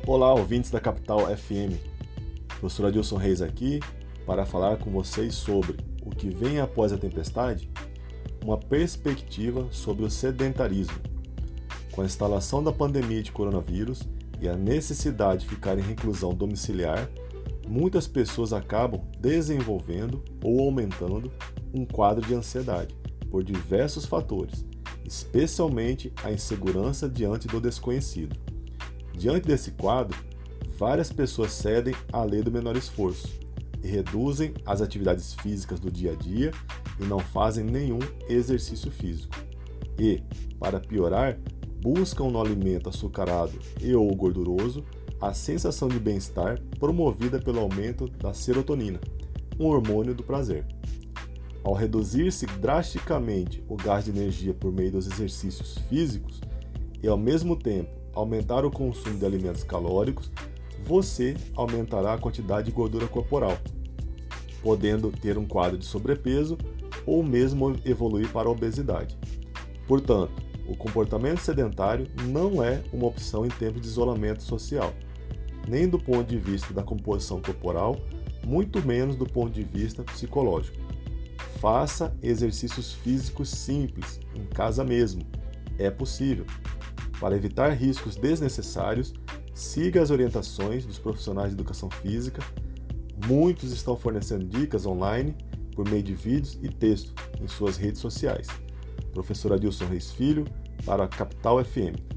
Olá, ouvintes da Capital FM. Professor Adilson Reis aqui para falar com vocês sobre o que vem após a tempestade, uma perspectiva sobre o sedentarismo. Com a instalação da pandemia de coronavírus e a necessidade de ficar em reclusão domiciliar, muitas pessoas acabam desenvolvendo ou aumentando um quadro de ansiedade por diversos fatores, especialmente a insegurança diante do desconhecido. Diante desse quadro, várias pessoas cedem à lei do menor esforço e reduzem as atividades físicas do dia a dia e não fazem nenhum exercício físico. E, para piorar, buscam no alimento açucarado e ou gorduroso a sensação de bem-estar promovida pelo aumento da serotonina, um hormônio do prazer. Ao reduzir-se drasticamente o gasto de energia por meio dos exercícios físicos e, ao mesmo tempo, aumentar o consumo de alimentos calóricos, você aumentará a quantidade de gordura corporal, podendo ter um quadro de sobrepeso ou mesmo evoluir para a obesidade. Portanto, o comportamento sedentário não é uma opção em tempos de isolamento social, nem do ponto de vista da composição corporal, muito menos do ponto de vista psicológico. Faça exercícios físicos simples, em casa mesmo. É possível. Para evitar riscos desnecessários, siga as orientações dos profissionais de educação física. Muitos estão fornecendo dicas online por meio de vídeos e texto em suas redes sociais. Professor Adilson Reis Filho, para a Capital FM.